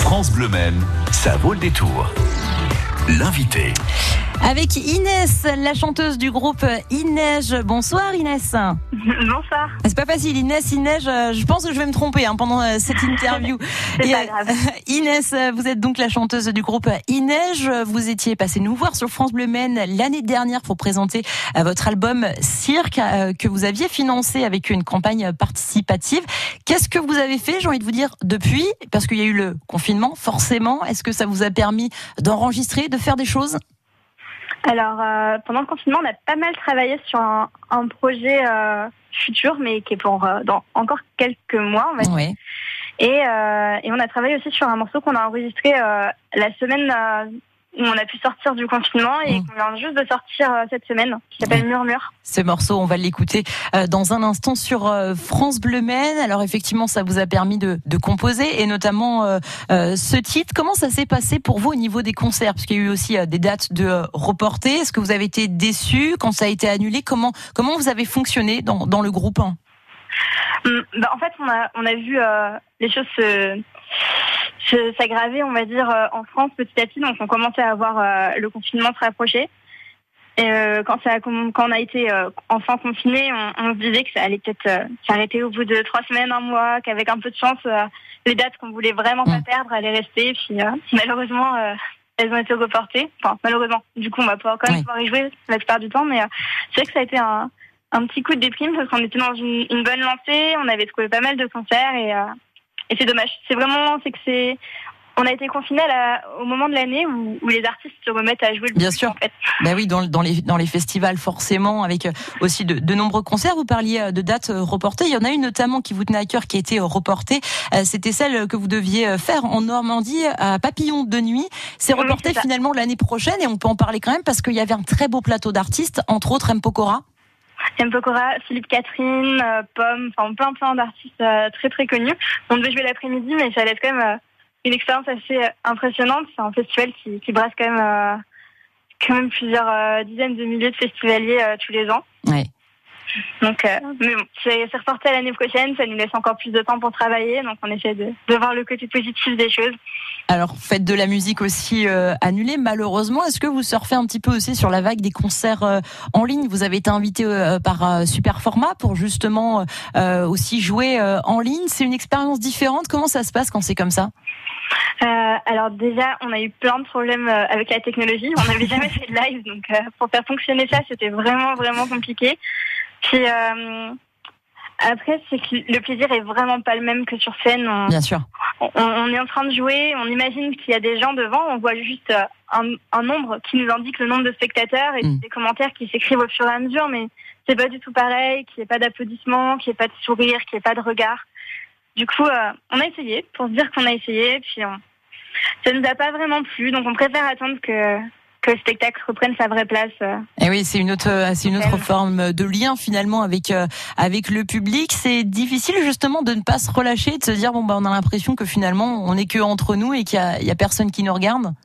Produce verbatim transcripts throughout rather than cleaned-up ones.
France Bleu Maine, ça vaut le détour. L'invité. Avec Inès, la chanteuse du groupe Ineige. Bonsoir Inès. Bonsoir. C'est pas facile, Inès, Ineige. Je pense que je vais me tromper hein, pendant cette interview. C'est Et, pas grave. Inès, vous êtes donc la chanteuse du groupe Ineige. Vous étiez passée nous voir sur France Bleu Maine l'année dernière pour présenter votre album Cirque que vous aviez financé avec une campagne participative. Qu'est-ce que vous avez fait, j'ai envie de vous dire, depuis ? Parce qu'il y a eu le confinement, forcément. Est-ce que ça vous a permis d'enregistrer, de faire des choses ? Alors, euh, pendant le confinement, on a pas mal travaillé sur un, un projet euh, futur, mais qui est pour euh, dans encore quelques mois, on va dire. Oui. Et, euh, et on a travaillé aussi sur un morceau qu'on a enregistré euh, la semaine euh, où on a pu sortir du confinement et mmh. qu'on vient juste de sortir euh, cette semaine, qui s'appelle oui. Murmure. Ce morceau, on va l'écouter euh, dans un instant sur euh, France Bleu Maine. Alors effectivement, ça vous a permis de, de composer et notamment euh, euh, ce titre. Comment ça s'est passé pour vous au niveau des concerts ? Parce qu'il y a eu aussi euh, des dates de euh, reportées. Est-ce que vous avez été déçus quand ça a été annulé ? Comment comment vous avez fonctionné dans, dans le groupe ? Hum, bah, en fait, on a on a vu euh, les choses se s'aggraver, on va dire, euh, en France petit à petit. Donc, on commençait à voir euh, le confinement se rapprocher. Et euh, quand, ça a, quand on a été euh, enfin confiné, on, on se disait que ça allait peut-être euh, s'arrêter au bout de trois semaines, un mois, qu'avec un peu de chance, euh, les dates qu'on voulait vraiment pas perdre allaient rester. Puis euh, malheureusement, euh, elles ont été reportées. Enfin, malheureusement. Du coup, on va pouvoir quand même oui. pouvoir y jouer la plupart du temps. Mais euh, c'est vrai que ça a été un, un petit coup de déprime parce qu'on était dans une, une bonne lancée. On avait trouvé pas mal de concerts et, euh, et c'est dommage. C'est vraiment, c'est que c'est... On a été confinés au moment de l'année où, où les artistes se remettent à jouer le Bien plus, sûr. en fait. Ben oui, dans, dans, les, dans les festivals, forcément, avec aussi de, de nombreux concerts. Vous parliez de dates reportées. Il y en a une notamment qui vous tenait à cœur, qui a été reportée. C'était celle que vous deviez faire en Normandie, à Papillon de Nuit. C'est reporté oui, c'est finalement l'année prochaine et on peut en parler quand même parce qu'il y avait un très beau plateau d'artistes, entre autres M. Pokora. M. Pokora, Philippe Catherine, euh, Pomme, enfin plein plein d'artistes euh, très très connus. On devait jouer l'après-midi, mais ça laisse quand même... Euh, une expérience assez impressionnante. C'est un festival qui, qui brasse quand même, euh, quand même plusieurs euh, dizaines de milliers de festivaliers euh, tous les ans. Oui. Donc, euh, mais bon, c'est, c'est reporté à l'année prochaine. Ça nous laisse encore plus de temps pour travailler. Donc, on essaie de, de voir le côté positif des choses. Alors, faites de la musique aussi euh, annulée, malheureusement. Est-ce que vous surfez un petit peu aussi sur la vague des concerts euh, en ligne ? Vous avez été invité euh, par euh, Superformat pour justement euh, aussi jouer euh, en ligne. C'est une expérience différente. Comment ça se passe quand c'est comme ça ? Euh, alors déjà, on a eu plein de problèmes euh, avec la technologie. On n'avait jamais fait de live, donc euh, pour faire fonctionner ça, c'était vraiment vraiment compliqué. Puis euh, après, c'est que le plaisir est vraiment pas le même que sur scène. On, Bien sûr. On, on est en train de jouer, on imagine qu'il y a des gens devant, on voit juste euh, un, un nombre qui nous indique le nombre de spectateurs et mmh. des commentaires qui s'écrivent au fur et à mesure, mais c'est pas du tout pareil, qu'il n'y ait pas d'applaudissements, qu'il n'y ait pas de sourire, qu'il n'y ait pas de regard. Du coup, euh, on a essayé, pour se dire qu'on a essayé, puis on... ça nous a pas vraiment plu, donc on préfère attendre que, que le spectacle reprenne sa vraie place. Euh, Et oui, c'est une autre, c'est une autre forme de lien finalement avec euh, avec le public. C'est difficile justement de ne pas se relâcher, de se dire bon bah on a l'impression que finalement on n'est que entre nous et qu'il y a, il y a personne qui nous regarde.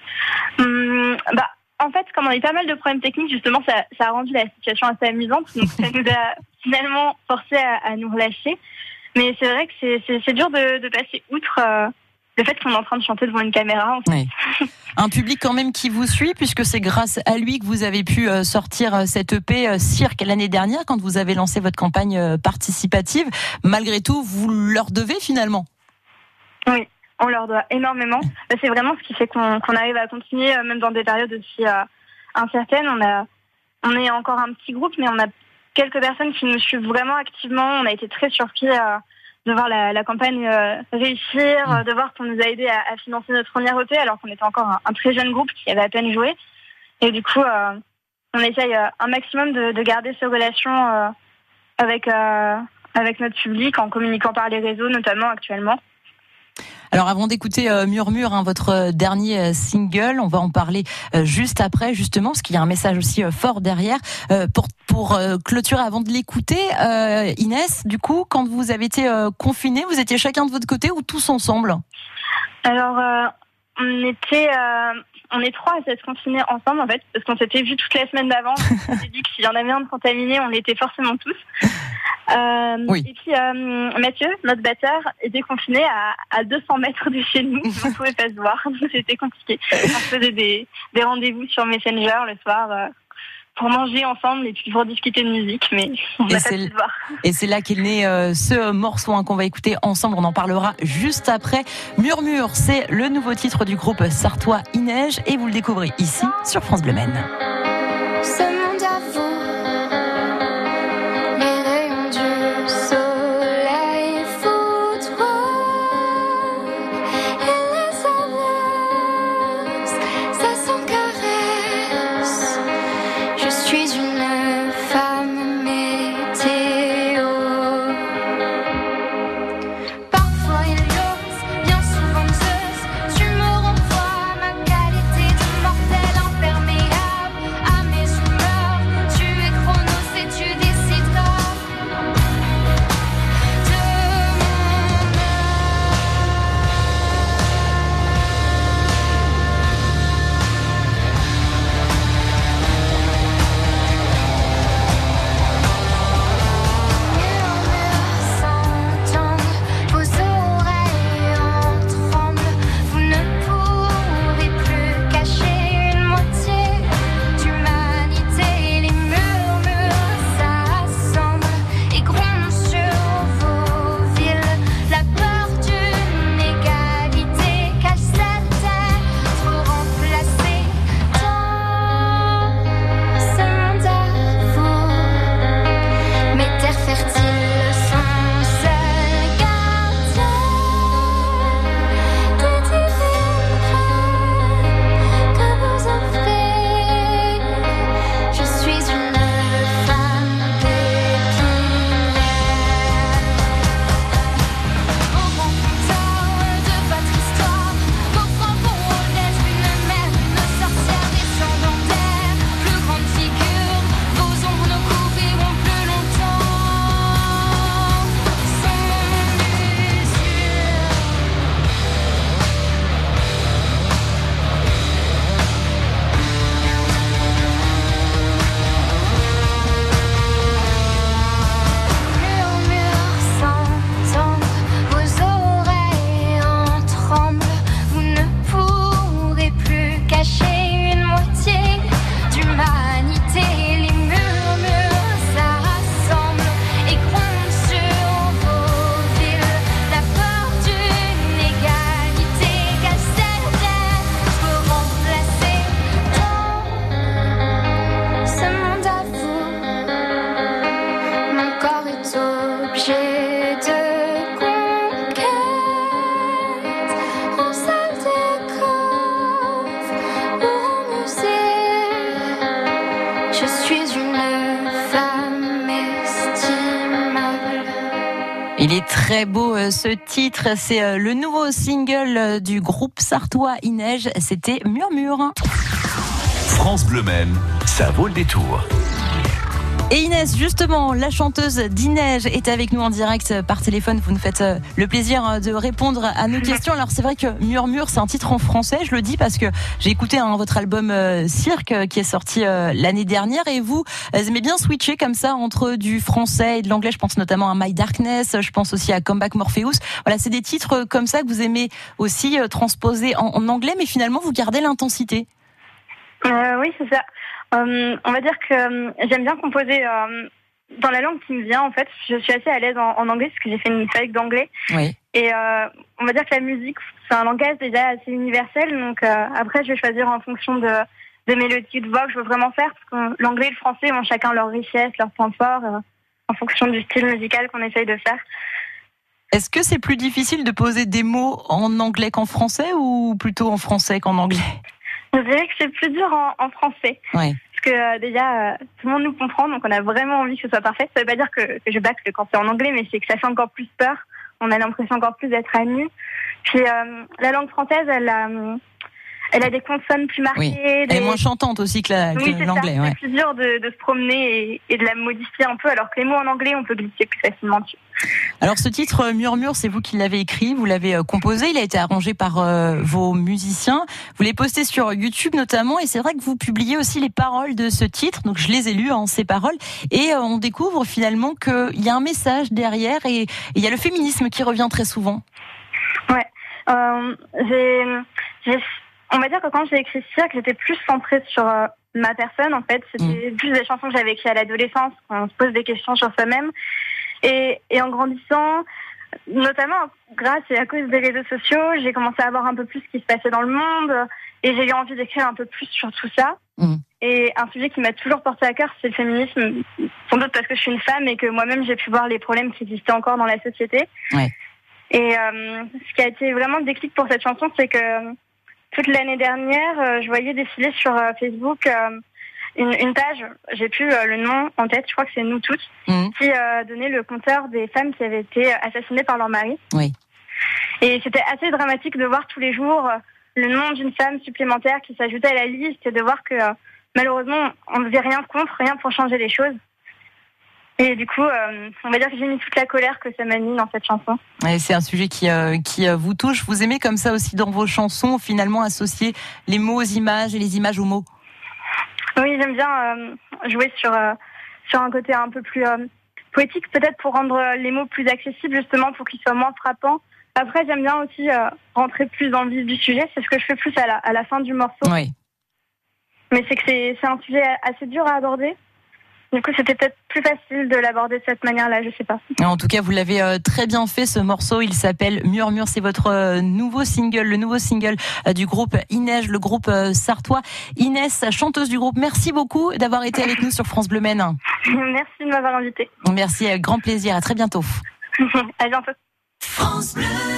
Hum, bah en fait, comme on a eu pas mal de problèmes techniques, justement, ça, ça a rendu la situation assez amusante, donc ça nous a finalement forcé à, à nous relâcher. Mais c'est vrai que c'est, c'est, c'est dur de, de passer outre euh, le fait qu'on est en train de chanter devant une caméra. En fait. Oui. Un public quand même qui vous suit, puisque c'est grâce à lui que vous avez pu euh, sortir euh, cette E P euh, Cirque l'année dernière, quand vous avez lancé votre campagne euh, participative. Malgré tout, vous leur devez finalement. Oui, on leur doit énormément. C'est vraiment ce qui fait qu'on, qu'on arrive à continuer, euh, même dans des périodes aussi euh, incertaines. On, a, on est encore un petit groupe, mais on a quelques personnes qui nous suivent vraiment activement. On a été très surpris euh, de voir la, la campagne euh, réussir, euh, de voir qu'on nous a aidé à, à financer notre première E P alors qu'on était encore un, un très jeune groupe qui avait à peine joué. Et du coup, euh, on essaye euh, un maximum de, de garder ces relations euh, avec, euh, avec notre public en communiquant par les réseaux notamment actuellement. Alors avant d'écouter euh, Murmure, hein, votre dernier single, on va en parler euh, juste après justement, parce qu'il y a un message aussi euh, fort derrière. Euh, pour pour euh, clôturer, avant de l'écouter, euh, Inès, du coup, quand vous avez été euh, confinés, vous étiez chacun de votre côté ou tous ensemble ? Alors, euh, on était, euh, on est trois à s'être confinés ensemble en fait, parce qu'on s'était vus toute la semaine d'avant. On s'est dit que s'il y en avait un de contaminé, on l'était forcément tous. Euh, oui. Et puis euh, Mathieu, notre batteur, était confiné à, à deux cents mètres de chez nous. On ne pouvait pas se voir, donc c'était compliqué. On faisait des, des rendez-vous sur Messenger le soir. Euh, pour manger ensemble et puis pour discuter de musique, mais on n'a pas pu se voir. Et c'est là qu'est né euh, ce morceau hein, qu'on va écouter ensemble, on en parlera juste après. Murmure, c'est le nouveau titre du groupe sartois I-Neige et vous le découvrez ici sur France Bleu Maine. Ce monde à vous, les rayons du soleil foudroient et les avances, ça s'encaresse. Je suis une femme météo. Parfois il ose, bien souvent Zeus. Tu me renvoies ma qualité de mortel imperméable à mes humeurs. Tu es Chronos et tu décideras de s'entendre, vos oreilles en tremblent. Vous ne pourrez plus cacher une moitié d'humanité. Les murmures s'assemblent et grondent sur vos villes. La peur d'une égalité cache certaines trop remplacées dans ce monde à vous. Mes terres fertiles sont seuls gardiens des divines graines que vous offrez. Je suis une femme pépinière. Au grand compteur de votre histoire, vos francs pourront être une mère, une sorcière descendant d'air. Plus grande figure, vos ombres ne couvriront plus longtemps son usure. Murmure s'entendre, vos oreilles en tremblent. Vous ne pourrez plus cacher une moitié d'humanité. Les murmures s'assemblent et grondent sur vos villes. La peur d'une égalité cache certaines trop remplacées dans ce monde à vous. Mon corps est objet de conquête, en salle des coffres ou en musée. Je suis une femme estimable. Il est très beau euh, ce titre, c'est euh, le nouveau single euh, du groupe sartois I-Neige, c'était Murmure. France Bleu Maine, ça vaut le détour. Et Inès, justement, la chanteuse d'I-Neige est avec nous en direct par téléphone. Vous nous faites le plaisir de répondre à nos questions. Alors c'est vrai que Murmure, c'est un titre en français. Je le dis parce que j'ai écouté hein, votre album euh, Cirque qui est sorti euh, l'année dernière. Et vous, vous aimez bien switcher comme ça entre du français et de l'anglais. Je pense notamment à My Darkness. Je pense aussi à Comeback Morpheus. Voilà, c'est des titres comme ça que vous aimez aussi euh, transposer en, en anglais, mais finalement vous gardez l'intensité. Euh, oui, c'est ça. Euh, on va dire que euh, j'aime bien composer euh, dans la langue qui me vient en fait. Je suis assez à l'aise en, en anglais parce que j'ai fait une fac d'anglais. Oui. Et euh, on va dire que la musique, c'est un langage déjà assez universel. Donc euh, après, je vais choisir en fonction de, de mélodies de voix que je veux vraiment faire. Parce que l'anglais et le français ont chacun leur richesse, leur point fort, euh, en fonction du style musical qu'on essaye de faire. Est-ce que c'est plus difficile de poser des mots en anglais qu'en français ou plutôt en français qu'en anglais ? Je dirais que c'est plus dur en, en français. Oui. Parce que euh, déjà, euh, tout le monde nous comprend, donc on a vraiment envie que ce soit parfait. Ça veut pas dire que, que je bâcle quand c'est en anglais, mais c'est que ça fait encore plus peur. On a l'impression encore plus d'être à nu. Puis euh, la langue française, elle a, elle a des consonnes plus marquées. Oui. Elle des... est moins chantante aussi que, la, que oui, c'est l'anglais. Ça. Ouais. C'est plus dur de, de se promener et, et de la modifier un peu, alors que les mots en anglais, on peut glisser plus facilement dessus. Alors ce titre Murmure, c'est vous qui l'avez écrit, vous l'avez euh, composé, il a été arrangé par euh, vos musiciens. Vous l'avez posté sur YouTube notamment, et c'est vrai que vous publiez aussi les paroles de ce titre. Donc je les ai lues, hein, ces paroles, et euh, on découvre finalement qu'il y a un message derrière, et il y a le féminisme qui revient très souvent. Ouais. Euh, j'ai, j'ai, on va dire que quand j'ai écrit Cirque, j'étais plus centrée sur euh, ma personne, en fait. C'était mmh. plus des chansons que j'avais écrites à l'adolescence, quand on se pose des questions sur soi-même. Et, et en grandissant, notamment grâce et à cause des réseaux sociaux, j'ai commencé à voir un peu plus ce qui se passait dans le monde, et j'ai eu envie d'écrire un peu plus sur tout ça. Mmh. Et un sujet qui m'a toujours porté à cœur, c'est le féminisme, sans doute parce que je suis une femme et que moi-même j'ai pu voir les problèmes qui existaient encore dans la société. Ouais. Et euh, ce qui a été vraiment le déclic pour cette chanson, c'est que toute l'année dernière, euh, je voyais défiler sur euh, Facebook euh, une, une page, j'ai plus euh, le nom en tête, je crois que c'est Nous Toutes, mmh. qui euh, donnait le compteur des femmes qui avaient été assassinées par leur mari. Oui. Et c'était assez dramatique de voir tous les jours euh, le nom d'une femme supplémentaire qui s'ajoutait à la liste, et de voir que euh, malheureusement, on ne faisait rien contre, rien pour changer les choses. Et du coup, euh, on va dire que j'ai mis toute la colère que ça m'a mis dans cette chanson. Et c'est un sujet qui, euh, qui euh, vous touche. Vous aimez comme ça aussi dans vos chansons, finalement, associer les mots aux images et les images aux mots? Oui, j'aime bien euh, jouer sur, euh, sur un côté un peu plus euh, poétique, peut-être pour rendre les mots plus accessibles, justement, pour qu'ils soient moins frappants. Après, j'aime bien aussi euh, rentrer plus dans le vif du sujet. C'est ce que je fais plus à la, à la fin du morceau. Oui. Mais c'est que c'est, c'est un sujet assez dur à aborder. Du coup, c'était peut-être plus facile de l'aborder de cette manière-là, je sais pas. En tout cas, vous l'avez euh, très bien fait, ce morceau. Il s'appelle Murmure. C'est votre euh, nouveau single, le nouveau single euh, du groupe Inej, le groupe euh, sartois. Inès, chanteuse du groupe, merci beaucoup d'avoir été avec nous sur France Bleu Maine. Merci de m'avoir invitée. Merci, avec grand plaisir. À très bientôt. À bientôt. France Bleu.